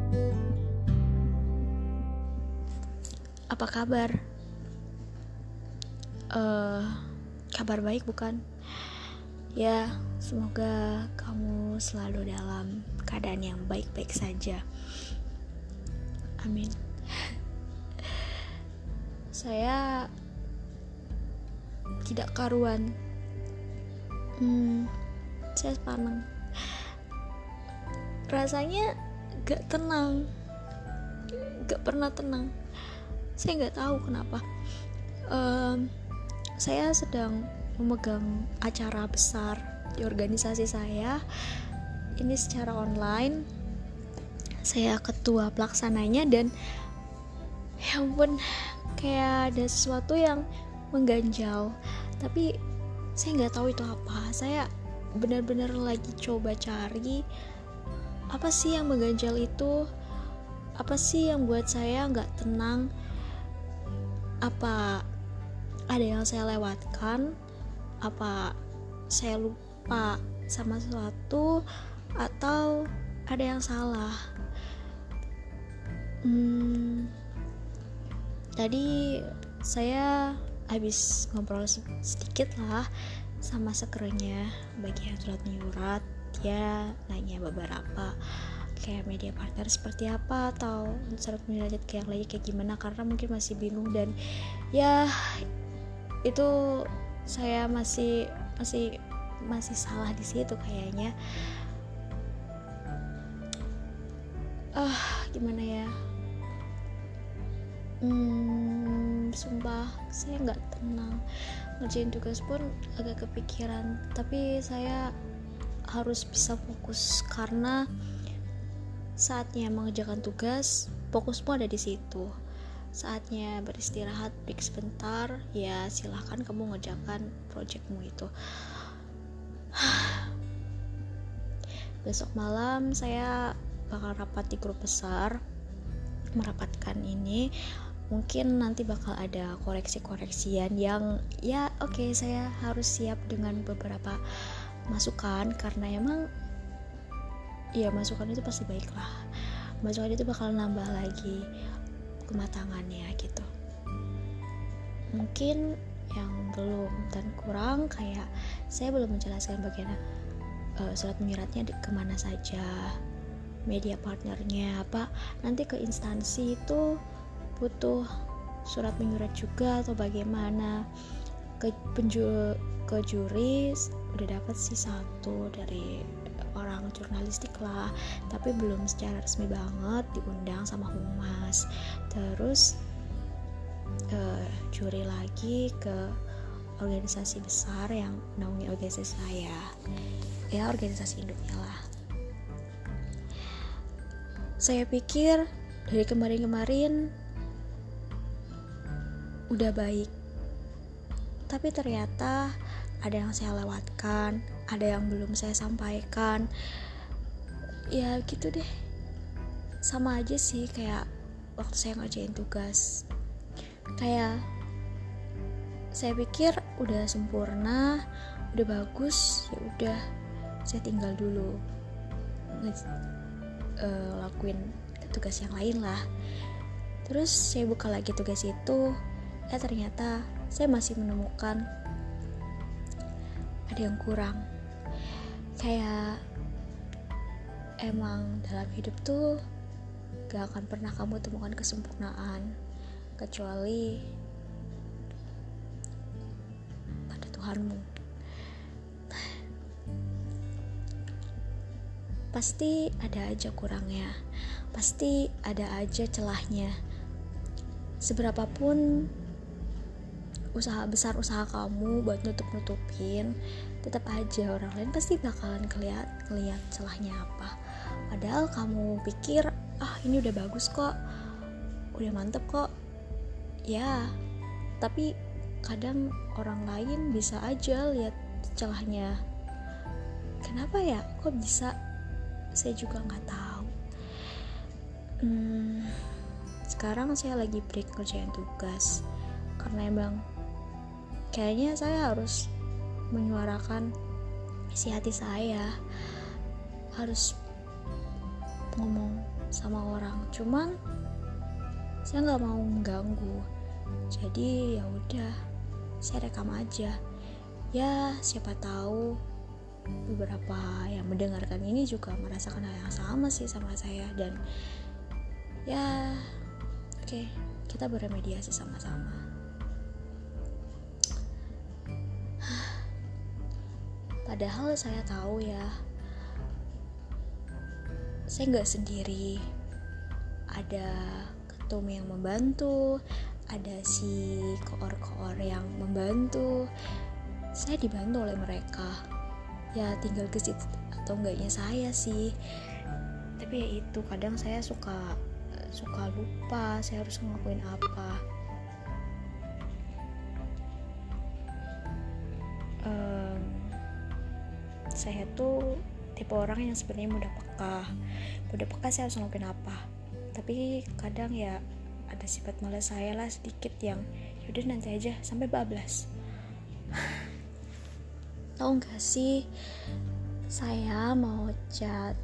Apa kabar? Kabar baik bukan? Ya, semoga kamu selalu dalam keadaan yang baik-baik saja. Amin. Saya tidak karuan. Saya sepaneng. Rasanya gak tenang, gak pernah tenang. Saya nggak tahu kenapa. Saya sedang memegang acara besar di organisasi saya. Ini secara online. Saya ketua pelaksananya dan ya ampun, kayak ada sesuatu yang mengganjal. Tapi saya nggak tahu itu apa. Saya benar-benar lagi coba cari apa sih yang mengganjal itu. Apa sih yang buat saya nggak tenang? Apa ada yang saya lewatkan? Apa saya lupa sama sesuatu? Atau ada yang salah? Tadi saya habis ngobrol sedikit lah sama sekernya bagian surat menyurat. Dia nanya beberapa kayak media partner seperti apa atau surat menyurat ke yang lain kayak gimana, karena mungkin masih bingung. Dan ya itu saya masih salah di situ kayaknya. Gimana ya, sumpah saya nggak tenang. Ngerjain tugas pun agak kepikiran, tapi saya harus bisa fokus karena saatnya mengerjakan tugas, fokusmu ada di situ. Saatnya beristirahat, break sebentar, ya silahkan kamu ngerjakan projectmu itu. Besok malam saya bakal rapat di grup besar, merapatkan ini. Mungkin nanti bakal ada koreksi-koreksian yang ya oke, saya harus siap dengan beberapa masukan karena emang ya masukan itu pasti baik lah. Masukan itu bakal nambah lagi kematangannya gitu. Mungkin yang belum dan kurang kayak saya belum menjelaskan bagian surat menyuratnya kemana saja, media partnernya apa, nanti ke instansi itu butuh surat menyurat juga atau bagaimana. Ke juri udah dapat sih satu dari orang jurnalistik lah, tapi belum secara resmi banget diundang sama humas. Terus juri lagi ke organisasi besar yang naungi organisasi saya, ya organisasi induknya lah. Saya pikir dari kemarin-kemarin udah baik, tapi ternyata ada yang saya lewatkan, ada yang belum saya sampaikan. Ya gitu deh, sama aja sih kayak waktu saya ngerjain tugas. Kayak saya pikir udah sempurna, udah bagus, ya udah saya tinggal dulu lakuin tugas yang lain lah. Terus saya buka lagi tugas itu, ternyata saya masih menemukan ada yang kurang. Kayak emang dalam hidup tuh gak akan pernah kamu temukan kesempurnaan kecuali pada Tuhanmu. Pasti ada aja kurangnya, pasti ada aja celahnya. Seberapapun usaha besar usaha kamu buat nutupin, tetap aja orang lain pasti bakalan ngeliat celahnya apa. Padahal kamu pikir ini udah bagus kok, udah mantep kok ya, tapi kadang orang lain bisa aja lihat celahnya. Kenapa ya, kok bisa? Saya juga nggak tahu. Sekarang saya lagi break ngerjain tugas karena emang kayaknya saya harus menyuarakan isi hati saya, harus ngomong sama orang, cuman saya nggak mau mengganggu, jadi ya udah saya rekam aja. Ya siapa tahu beberapa yang mendengarkan ini juga merasakan hal yang sama sih sama saya, dan ya oke, kita beremediasi sama-sama. Padahal saya tahu ya, saya nggak sendiri, ada ketum yang membantu, ada si koor-koor yang membantu, saya dibantu oleh mereka. Ya tinggal gesit atau enggaknya saya sih, tapi ya itu kadang saya suka lupa saya harus ngelakuin apa. Saya tuh tipe orang yang sebenarnya mudah peka saya harus ngelakuin apa, tapi kadang ya ada sifat malas saya lah sedikit yang yaudah nanti aja sampai bablas. Tahu nggak sih, saya mau chat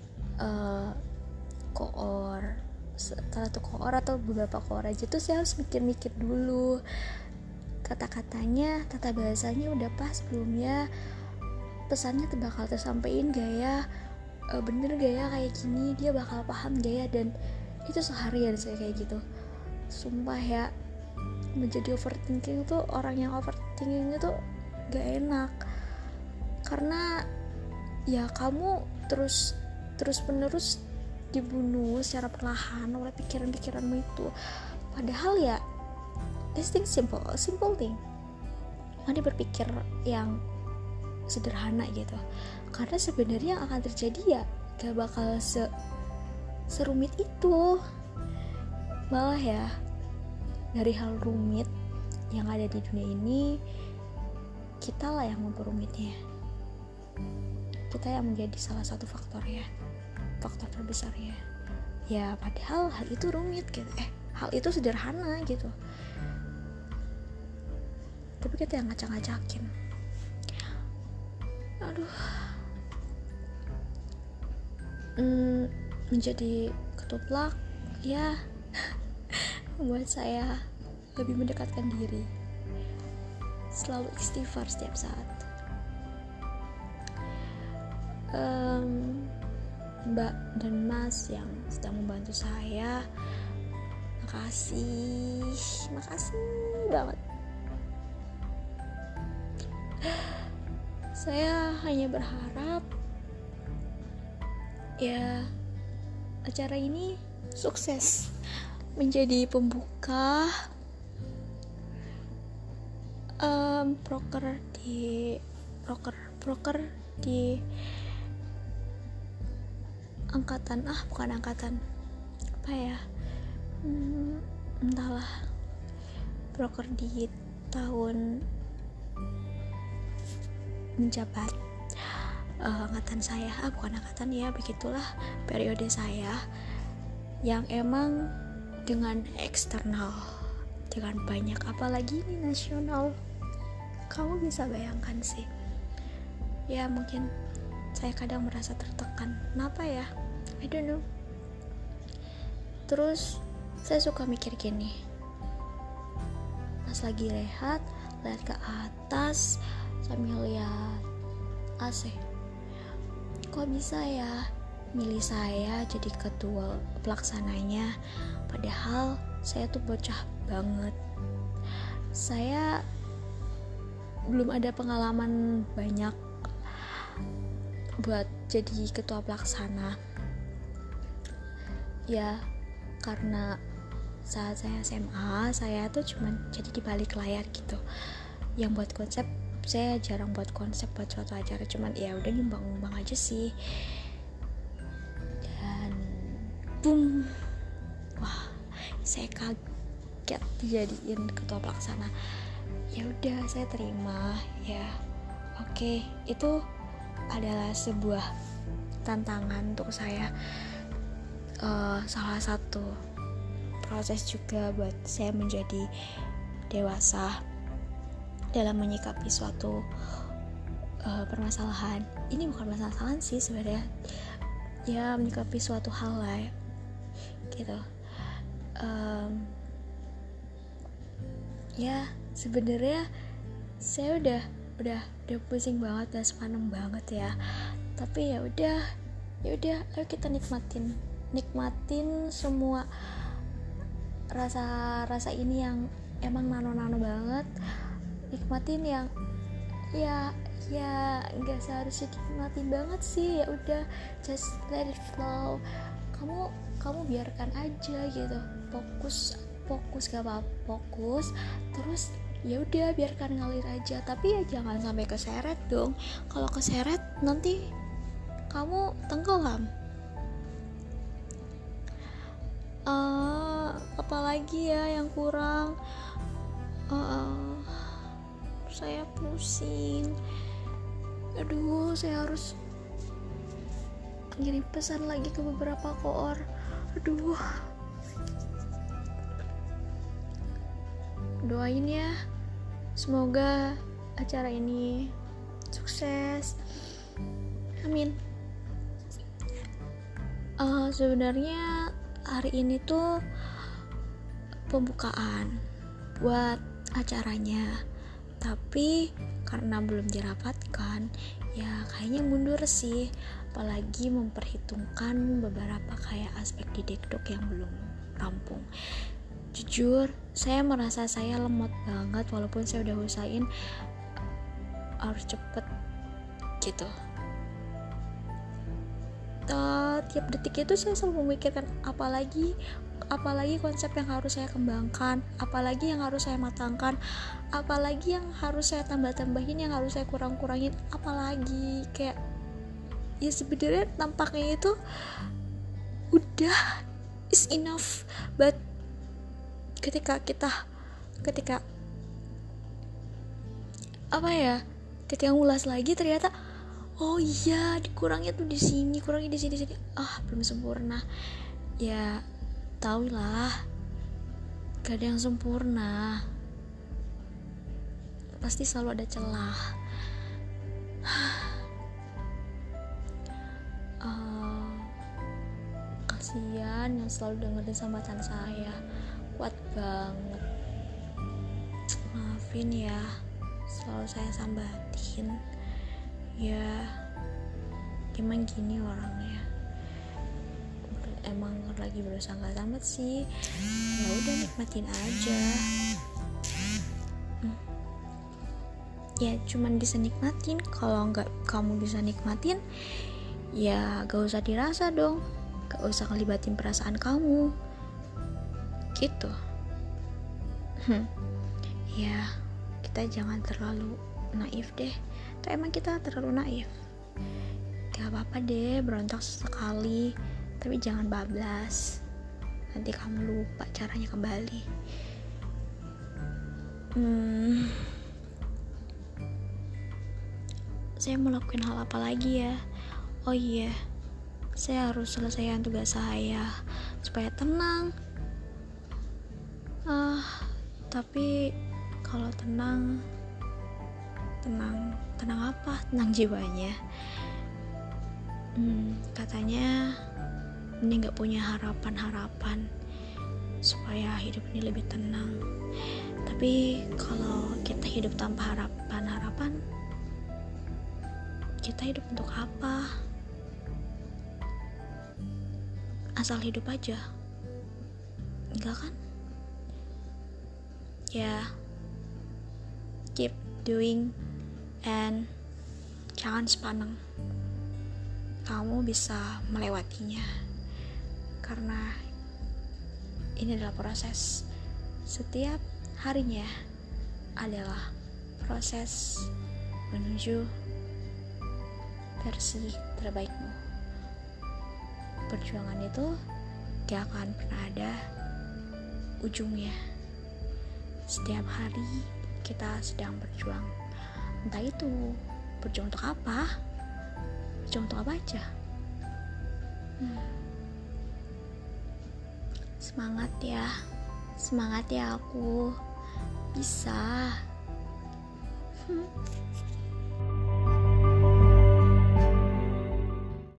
koor, salah satu koor atau beberapa koor aja tuh saya harus mikir-mikir dulu kata-katanya, tata bahasanya udah pas belum ya, pesannya bakal tersampaikan gak ya, bener gak ya kayak gini, dia bakal paham gak ya. Dan itu seharian saya kayak gitu, sumpah ya. Menjadi overthinking tuh, orang yang overthinking itu gak enak, karena ya kamu terus menerus dibunuh secara perlahan oleh pikiran-pikiranmu itu. Padahal ya this thing simple thing, mari berpikir yang sederhana gitu, karena sebenarnya yang akan terjadi ya gak bakal serumit itu. Malah ya dari hal rumit yang ada di dunia ini, kita lah yang memperumitnya, kita yang menjadi salah satu faktor terbesarnya. Ya padahal hal itu rumit gitu, hal itu sederhana gitu, tapi kita yang ngacak-ngacakin. Aduh, menjadi ketuplak ya membuat saya lebih mendekatkan diri, selalu istighfar setiap saat. Mbak dan Mas yang sedang membantu saya, makasih banget. Saya hanya berharap ya acara ini sukses menjadi pembuka proker di bukan angkatan apa ya, entahlah, proker di tahun menjabat angkatan saya, bukan angkatan ya, begitulah periode saya yang emang dengan eksternal, dengan banyak, apalagi ini nasional. Kamu bisa bayangkan sih ya, mungkin saya kadang merasa tertekan, kenapa ya, I don't know. Terus saya suka mikir gini, pas lagi lihat ke atas sambil lihat AC, kok bisa ya milih saya jadi ketua pelaksananya, padahal saya tuh bocah banget. Saya belum ada pengalaman banyak buat jadi ketua pelaksana ya, karena saat saya SMA saya tuh cuman jadi di balik layar gitu, yang buat konsep saya jarang buat konsep buat suatu acara, cuman ya udah nyumbang aja sih. Dan boom, wah saya kaget dijadiin ketua pelaksana. Ya udah saya terima ya, oke, itu adalah sebuah tantangan untuk saya, salah satu proses juga buat saya menjadi dewasa dalam menyikapi suatu permasalahan. Ini bukan permasalahan sih sebenarnya ya, menyikapi suatu hal lah gitu. Ya sebenarnya saya udah pusing banget, udah sepaneng banget ya, tapi ya udah ayo kita nikmatin semua rasa ini yang emang nano banget. Nikmatin yang ya nggak seharusnya dinikmatin banget sih. Ya udah, just let it flow. Kamu biarkan aja gitu, fokus gak apa-apa, fokus terus, ya udah biarkan ngalir aja, tapi ya jangan sampai keseret dong. Kalau keseret nanti kamu tenggelam. Apalagi ya yang kurang, saya pusing. Aduh, saya harus ngirim pesan lagi ke beberapa koor. Aduh, doain ya, semoga acara ini sukses, amin. Sebenarnya hari ini tuh pembukaan buat acaranya, tapi karena belum dirapatkan ya kayaknya mundur sih, apalagi memperhitungkan beberapa kayak aspek didekdok yang belum rampung. Jujur saya merasa saya lemot banget, walaupun saya udah usahain harus cepet gitu. Tiap detik itu saya selalu memikirkan apalagi konsep yang harus saya kembangkan, apalagi yang harus saya matangkan, apalagi yang harus saya tambah-tambahin, yang harus saya kurang-kurangin, apalagi kayak ya sebenarnya tampaknya itu udah is enough, but ketika ngulas lagi ternyata oh iya dikurangnya tuh di sini, kurangnya di sini, belum sempurna. Ya taulah, gak ada yang sempurna, pasti selalu ada celah. Kasian yang selalu dengerin sambatan saya, kuat banget. Maafin ya, selalu saya sambatin. Ya emang gini orangnya, emang lagi berusaha nggak tamat sih. Ya udah nikmatin aja. Ya cuman bisa nikmatin. Kalau nggak kamu bisa nikmatin, ya gak usah dirasa dong, gak usah ngelibatin perasaan kamu gitu. Ya kita jangan terlalu naif deh. Tuh emang kita terlalu naif. Gak apa-apa deh berontak sesekali, tapi jangan bablas, nanti kamu lupa caranya kembali. Saya mau lakuin hal apa lagi ya? Oh iya, saya harus selesaikan tugas saya supaya tenang. Tapi kalau tenang apa? Tenang jiwanya. Katanya ini gak punya harapan supaya hidup ini lebih tenang. Tapi kalau kita hidup tanpa harapan, kita hidup untuk apa? Asal hidup aja, enggak kan? Ya, keep doing and jangan sepaneng. Kamu bisa melewatinya, karena ini adalah proses. Setiap harinya adalah proses menuju versi terbaikmu. Perjuangan itu gak akan pernah ada ujungnya. Setiap hari kita sedang berjuang. Entah itu berjuang untuk apa, berjuang untuk apa aja. Semangat ya aku bisa.